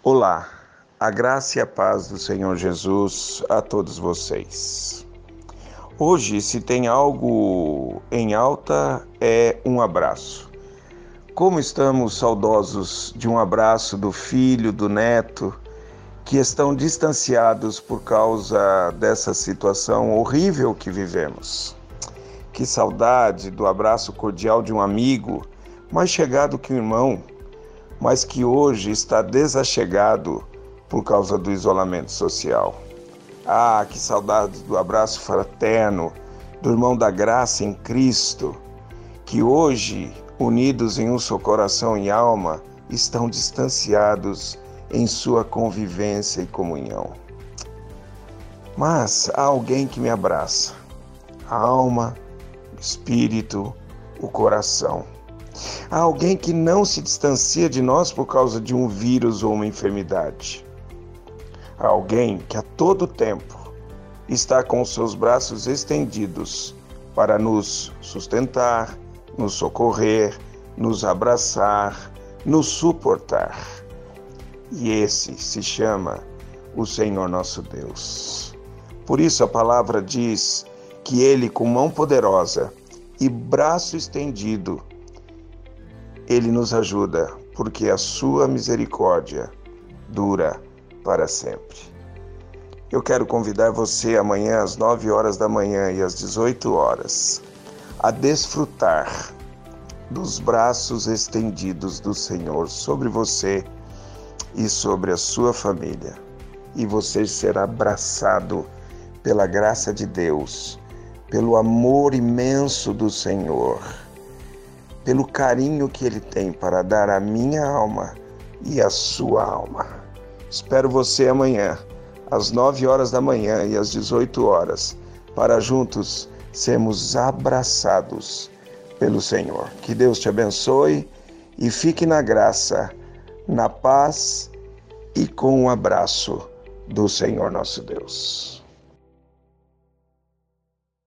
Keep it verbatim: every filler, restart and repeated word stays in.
Olá, a graça e a paz do Senhor Jesus a todos vocês. Hoje, se tem algo em alta, é um abraço. Como estamos saudosos de um abraço do filho, do neto, que estão distanciados por causa dessa situação horrível que vivemos. Que saudade do abraço cordial de um amigo, mais chegado que um irmão, mas que hoje está desachegado por causa do isolamento social. Ah, que saudade do abraço fraterno, do irmão da graça em Cristo, que hoje, unidos em um só coração e alma, estão distanciados em sua convivência e comunhão. Mas há alguém que me abraça, a alma, o espírito, o coração. Há alguém que não se distancia de nós por causa de um vírus ou uma enfermidade. Há alguém que a todo tempo está com os seus braços estendidos para nos sustentar, nos socorrer, nos abraçar, nos suportar. E esse se chama o Senhor nosso Deus. Por isso a palavra diz que Ele, com mão poderosa e braço estendido, Ele nos ajuda, porque a sua misericórdia dura para sempre. Eu quero convidar você amanhã às nove horas da manhã e às dezoito horas a desfrutar dos braços estendidos do Senhor sobre você e sobre a sua família. E você será abraçado pela graça de Deus, pelo amor imenso do Senhor, pelo carinho que Ele tem para dar à minha alma e à sua alma. Espero você amanhã, às nove horas da manhã e às dezoito horas, para juntos sermos abraçados pelo Senhor. Que Deus te abençoe e fique na graça, na paz e com o abraço do Senhor nosso Deus.